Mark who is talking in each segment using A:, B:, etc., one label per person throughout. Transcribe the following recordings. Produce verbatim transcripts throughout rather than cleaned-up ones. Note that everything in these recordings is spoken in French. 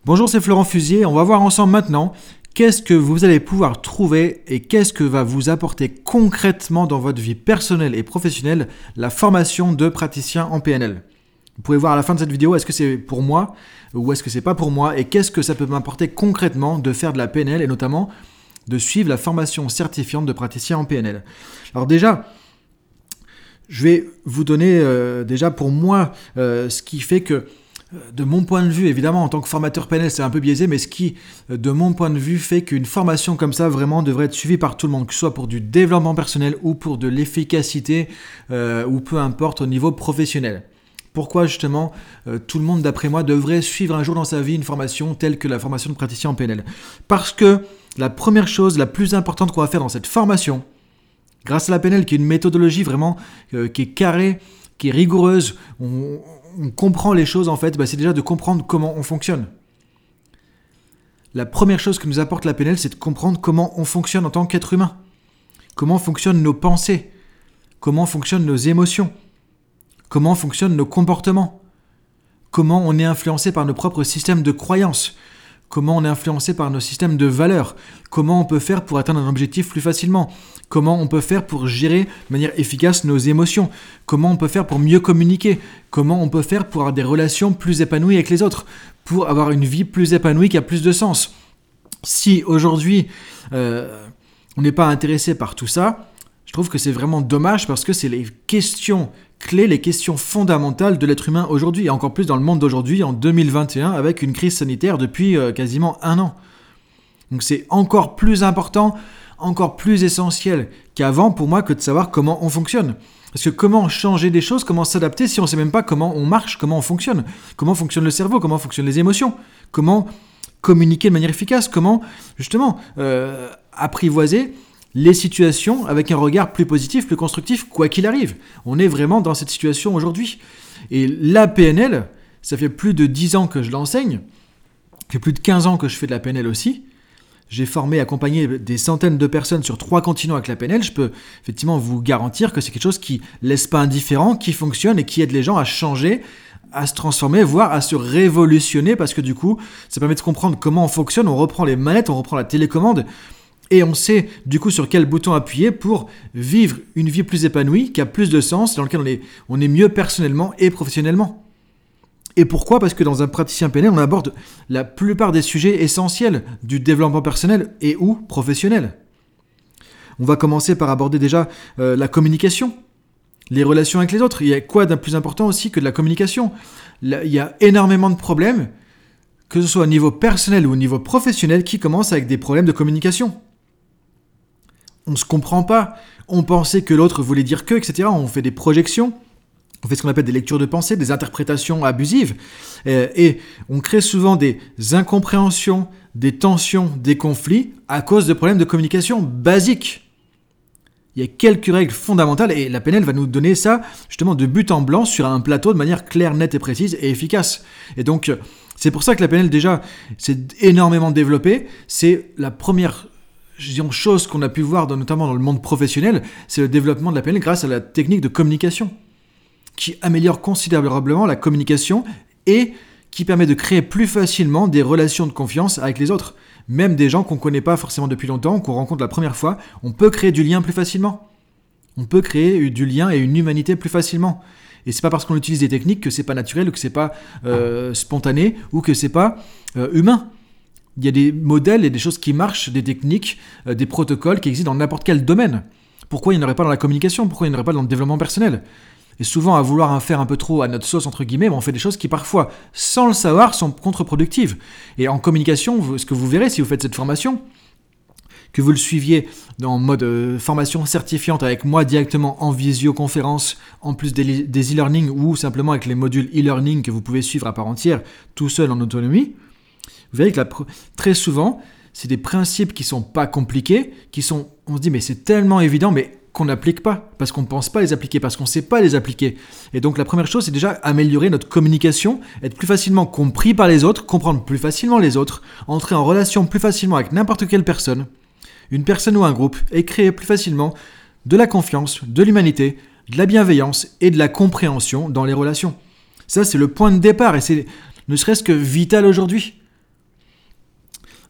A: Bonjour, c'est Florent Fusier. On va voir ensemble maintenant qu'est-ce que vous allez pouvoir trouver et qu'est-ce que va vous apporter concrètement dans votre vie personnelle et professionnelle la formation de praticien en P N L. Vous pouvez voir à la fin de cette vidéo, est-ce que c'est pour moi ou est-ce que c'est pas pour moi et qu'est-ce que ça peut m'apporter concrètement de faire de la P N L et notamment de suivre la formation certifiante de praticien en P N L. Alors déjà, je vais vous donner euh, déjà pour moi euh, ce qui fait que de mon point de vue, évidemment, en tant que formateur P N L, c'est un peu biaisé, mais ce qui, de mon point de vue, fait qu'une formation comme ça, vraiment, devrait être suivie par tout le monde, que ce soit pour du développement personnel ou pour de l'efficacité, euh, ou peu importe, au niveau professionnel. Pourquoi, justement, euh, tout le monde, d'après moi, devrait suivre un jour dans sa vie une formation telle que la formation de praticien en P N L? Parce que la première chose, la plus importante qu'on va faire dans cette formation, grâce à la P N L, qui est une méthodologie vraiment euh, qui est carrée, qui est rigoureuse, on, on comprend les choses en fait, bah, c'est déjà de comprendre comment on fonctionne. La première chose que nous apporte la P N L, c'est de comprendre comment on fonctionne en tant qu'être humain. Comment fonctionnent nos pensées, comment fonctionnent nos émotions, comment fonctionnent nos comportements, comment on est influencé par nos propres systèmes de croyances, comment on est influencé par nos systèmes de valeurs, comment on peut faire pour atteindre un objectif plus facilement, comment on peut faire pour gérer de manière efficace nos émotions, comment on peut faire pour mieux communiquer, comment on peut faire pour avoir des relations plus épanouies avec les autres, pour avoir une vie plus épanouie qui a plus de sens. Si aujourd'hui euh, on n'est pas intéressé par tout ça, je trouve que c'est vraiment dommage parce que c'est les questions clés, les questions fondamentales de l'être humain aujourd'hui, et encore plus dans le monde d'aujourd'hui, en deux mille vingt et un, avec une crise sanitaire depuis euh, quasiment un an. Donc c'est encore plus important, encore plus essentiel qu'avant pour moi que de savoir comment on fonctionne. Parce que comment changer des choses, comment s'adapter si on ne sait même pas comment on marche, comment on fonctionne, comment fonctionne le cerveau, comment fonctionnent les émotions, comment communiquer de manière efficace, comment justement euh, apprivoiser les situations avec un regard plus positif, plus constructif, quoi qu'il arrive. On est vraiment dans cette situation aujourd'hui. Et la P N L, ça fait plus de dix ans que je l'enseigne, ça fait plus de quinze ans que je fais de la P N L aussi. J'ai formé, accompagné des centaines de personnes sur trois continents avec la P N L. Je peux effectivement vous garantir que c'est quelque chose qui ne laisse pas indifférent, qui fonctionne et qui aide les gens à changer, à se transformer, voire à se révolutionner, parce que du coup, ça permet de comprendre comment on fonctionne, on reprend les manettes, on reprend la télécommande, et on sait du coup sur quel bouton appuyer pour vivre une vie plus épanouie, qui a plus de sens, dans lequel on est, on est mieux personnellement et professionnellement. Et pourquoi ? Parce que dans un praticien P N L, on aborde la plupart des sujets essentiels du développement personnel et ou professionnel. On va commencer par aborder déjà euh, la communication, les relations avec les autres. Il y a quoi d'un plus important aussi que de la communication ? Là, il y a énormément de problèmes, que ce soit au niveau personnel ou au niveau professionnel, qui commencent avec des problèmes de communication. On ne se comprend pas, on pensait que l'autre voulait dire que, et cetera. On fait des projections, on fait ce qu'on appelle des lectures de pensée, des interprétations abusives, et, et on crée souvent des incompréhensions, des tensions, des conflits à cause de problèmes de communication basiques. Il y a quelques règles fondamentales et la P N L va nous donner ça justement de but en blanc sur un plateau de manière claire, nette et précise et efficace. Et donc, c'est pour ça que la P N L déjà s'est énormément développée. C'est la première disons, chose qu'on a pu voir, dans, notamment dans le monde professionnel, c'est le développement de la P N L grâce à la technique de communication, qui améliore considérablement la communication et qui permet de créer plus facilement des relations de confiance avec les autres. Même des gens qu'on ne connaît pas forcément depuis longtemps, qu'on rencontre la première fois, on peut créer du lien plus facilement. On peut créer du lien et une humanité plus facilement. Et c'est pas parce qu'on utilise des techniques que c'est pas naturel, ou que c'est pas euh, spontané, ou que c'est pas euh, humain. Il y a des modèles et des choses qui marchent, des techniques, euh, des protocoles qui existent dans n'importe quel domaine. Pourquoi il n'y en aurait pas dans la communication ? Pourquoi il n'y en aurait pas dans le développement personnel ? Et souvent, à vouloir en faire un peu trop à notre sauce, entre guillemets, on fait des choses qui parfois, sans le savoir, sont contre-productives. Et en communication, ce que vous verrez si vous faites cette formation, que vous le suiviez en mode euh, formation certifiante avec moi directement en visioconférence, en plus des, des e-learning ou simplement avec les modules e-learning que vous pouvez suivre à part entière, tout seul en autonomie, vous verrez que la, très souvent, c'est des principes qui sont pas compliqués, qui sont, on se dit mais c'est tellement évident, mais qu'on n'applique pas, parce qu'on ne pense pas les appliquer, parce qu'on ne sait pas les appliquer. Et donc la première chose, c'est déjà améliorer notre communication, être plus facilement compris par les autres, comprendre plus facilement les autres, entrer en relation plus facilement avec n'importe quelle personne, une personne ou un groupe, et créer plus facilement de la confiance, de l'humanité, de la bienveillance et de la compréhension dans les relations. Ça, c'est le point de départ, et c'est ne serait-ce que vital aujourd'hui.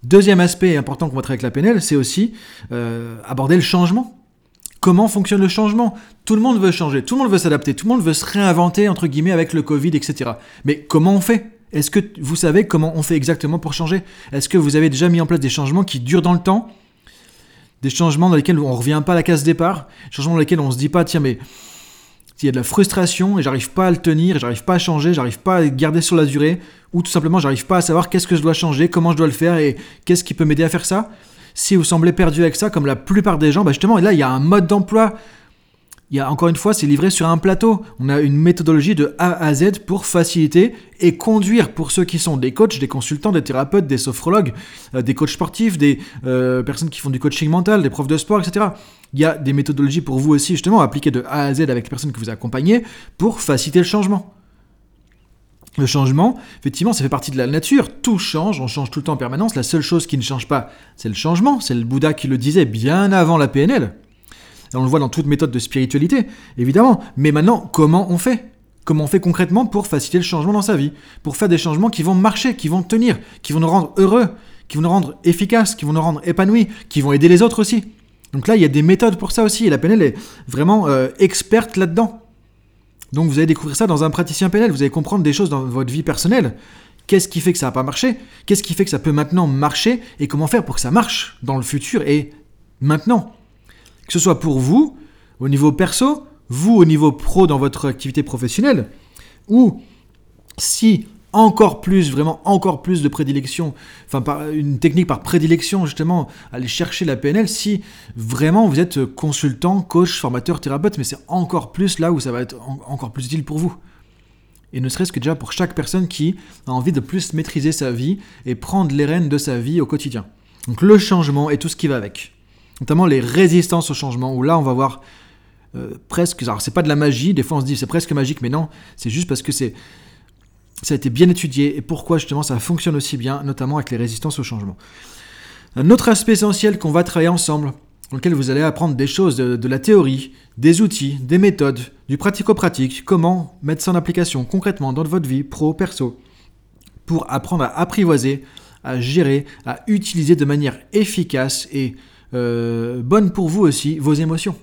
A: Deuxième aspect important qu'on va travailler avec la P N L, c'est aussi euh, aborder le changement. Comment fonctionne le changement ? Tout le monde veut changer, tout le monde veut s'adapter, tout le monde veut se réinventer, entre guillemets, avec le Covid, et cetera. Mais comment on fait ? Est-ce que vous savez comment on fait exactement pour changer ? Est-ce que vous avez déjà mis en place des changements qui durent dans le temps ? Des changements dans lesquels on ne revient pas à la case départ ? Des changements dans lesquels on ne se dit pas, tiens, mais s'il y a de la frustration et j'arrive pas à le tenir, j'arrive pas à changer, j'arrive pas à le garder sur la durée, ou tout simplement j'arrive pas à savoir qu'est-ce que je dois changer, comment je dois le faire et qu'est-ce qui peut m'aider à faire ça. Si vous semblez perdu avec ça, comme la plupart des gens, bah justement, là il y a un mode d'emploi. Il y a encore une fois, c'est livré sur un plateau. On a une méthodologie de A à Z pour faciliter et conduire pour ceux qui sont des coachs, des consultants, des thérapeutes, des sophrologues, euh, des coachs sportifs, des euh, personnes qui font du coaching mental, des profs de sport, et cetera. Il y a des méthodologies pour vous aussi, justement, appliquées de A à Z avec les personnes que vous accompagnez pour faciliter le changement. Le changement, effectivement, ça fait partie de la nature. Tout change, on change tout le temps en permanence. La seule chose qui ne change pas, c'est le changement. C'est le Bouddha qui le disait bien avant la P N L. Et on le voit dans toute méthode de spiritualité, évidemment. Mais maintenant, comment on fait ? Comment on fait concrètement pour faciliter le changement dans sa vie ? Pour faire des changements qui vont marcher, qui vont tenir, qui vont nous rendre heureux, qui vont nous rendre efficaces, qui vont nous rendre épanouis, qui vont aider les autres aussi. Donc là, il y a des méthodes pour ça aussi. Et la P N L est vraiment euh, experte là-dedans. Donc vous allez découvrir ça dans un praticien P N L. Vous allez comprendre des choses dans votre vie personnelle. Qu'est-ce qui fait que ça n'a pas marché ? Qu'est-ce qui fait que ça peut maintenant marcher ? Et comment faire pour que ça marche dans le futur et maintenant ? Que ce soit pour vous, au niveau perso, vous au niveau pro dans votre activité professionnelle, ou si encore plus, vraiment encore plus de prédilection, enfin par une technique par prédilection justement, aller chercher la P N L, si vraiment vous êtes consultant, coach, formateur, thérapeute, mais c'est encore plus là où ça va être en- encore plus utile pour vous. Et ne serait-ce que déjà pour chaque personne qui a envie de plus maîtriser sa vie et prendre les rênes de sa vie au quotidien. Donc le changement et tout ce qui va avec. Notamment les résistances au changement, où là on va voir euh, presque, alors c'est pas de la magie, des fois on se dit c'est presque magique, mais non, c'est juste parce que c'est, ça a été bien étudié, et pourquoi justement ça fonctionne aussi bien, notamment avec les résistances au changement. Un autre aspect essentiel qu'on va travailler ensemble, dans lequel vous allez apprendre des choses, de, de la théorie, des outils, des méthodes, du pratico-pratique, comment mettre ça en application concrètement dans votre vie pro, perso, pour apprendre à apprivoiser, à gérer, à utiliser de manière efficace et Euh, bonne pour vous aussi, vos émotions.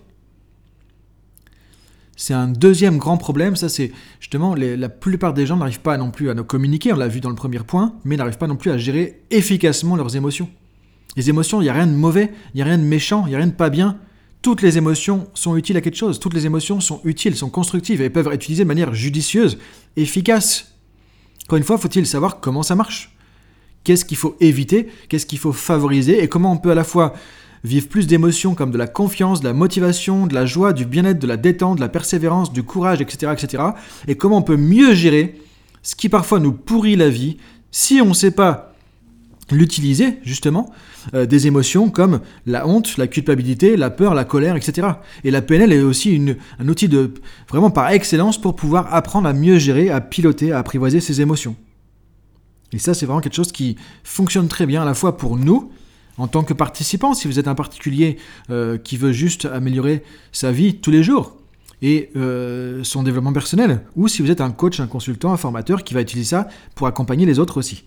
A: C'est un deuxième grand problème, ça c'est justement, les, la plupart des gens n'arrivent pas non plus à nous communiquer, on l'a vu dans le premier point, mais n'arrivent pas non plus à gérer efficacement leurs émotions. Les émotions, il n'y a rien de mauvais, il n'y a rien de méchant, il n'y a rien de pas bien. Toutes les émotions sont utiles à quelque chose, toutes les émotions sont utiles, sont constructives et peuvent être utilisées de manière judicieuse, efficace. Encore une fois, faut-il savoir comment ça marche ? Qu'est-ce qu'il faut éviter ? Qu'est-ce qu'il faut favoriser ? Et comment on peut à la fois vivre plus d'émotions comme de la confiance, de la motivation, de la joie, du bien-être, de la détente, de la persévérance, du courage, et cetera, et cetera. Et comment on peut mieux gérer ce qui parfois nous pourrit la vie si on ne sait pas l'utiliser, justement, euh, des émotions comme la honte, la culpabilité, la peur, la colère, et cetera. Et la P N L est aussi une, un outil de, vraiment par excellence pour pouvoir apprendre à mieux gérer, à piloter, à apprivoiser ses émotions. Et ça, c'est vraiment quelque chose qui fonctionne très bien à la fois pour nous, en tant que participant, si vous êtes un particulier euh, qui veut juste améliorer sa vie tous les jours et euh, son développement personnel, ou si vous êtes un coach, un consultant, un formateur qui va utiliser ça pour accompagner les autres aussi.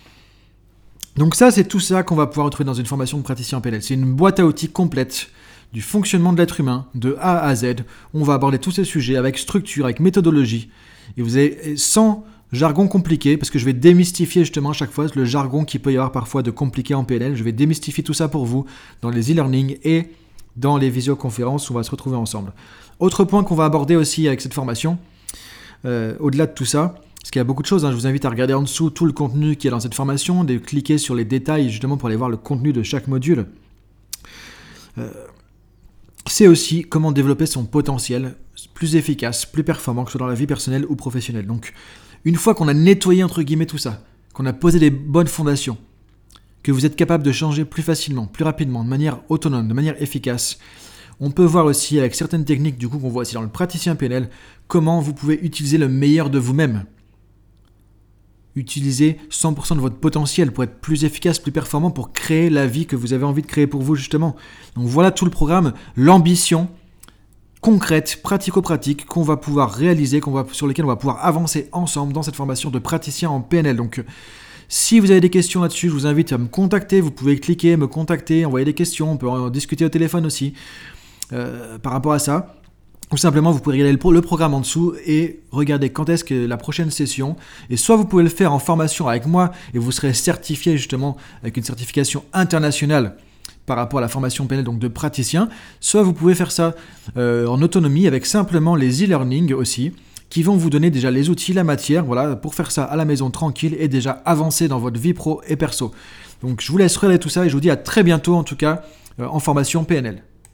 A: Donc ça, c'est tout ça qu'on va pouvoir retrouver dans une formation de praticien en P N L. C'est une boîte à outils complète du fonctionnement de l'être humain, de A à Z. On va aborder tous ces sujets avec structure, avec méthodologie, et vous avez sans jargon compliqué, parce que je vais démystifier justement à chaque fois le jargon qu'il peut y avoir parfois de compliqué en P N L. Je vais démystifier tout ça pour vous dans les e-learning et dans les visioconférences où on va se retrouver ensemble. Autre point qu'on va aborder aussi avec cette formation, euh, au-delà de tout ça, parce qu'il y a beaucoup de choses, hein, je vous invite à regarder en dessous tout le contenu qui est dans cette formation, de cliquer sur les détails justement pour aller voir le contenu de chaque module. Euh, c'est aussi comment développer son potentiel plus efficace, plus performant, que ce soit dans la vie personnelle ou professionnelle. Donc, une fois qu'on a nettoyé entre guillemets tout ça, qu'on a posé des bonnes fondations, que vous êtes capable de changer plus facilement, plus rapidement, de manière autonome, de manière efficace, on peut voir aussi avec certaines techniques du coup qu'on voit aussi dans le praticien P N L, comment vous pouvez utiliser le meilleur de vous-même. Utilisez cent pour cent de votre potentiel pour être plus efficace, plus performant, pour créer la vie que vous avez envie de créer pour vous justement. Donc voilà tout le programme, l'ambition concrète, pratico-pratique qu'on va pouvoir réaliser, qu'on va, sur lesquelles on va pouvoir avancer ensemble dans cette formation de praticien en P N L. Donc Si vous avez des questions là-dessus, je vous invite à me contacter. Vous pouvez cliquer, me contacter, envoyer des questions. On peut en discuter au téléphone aussi euh, par rapport à ça. Ou simplement, vous pouvez regarder le, pro- le programme en dessous et regarder quand est-ce que la prochaine session. Et soit vous pouvez le faire en formation avec moi et vous serez certifié justement avec une certification internationale par rapport à la formation P N L, donc de praticien. Soit vous pouvez faire ça euh, en autonomie avec simplement les e-learning aussi, qui vont vous donner déjà les outils, la matière, voilà, pour faire ça à la maison tranquille et déjà avancer dans votre vie pro et perso. Donc je vous laisse regarder tout ça et je vous dis à très bientôt en tout cas euh, en formation P N L.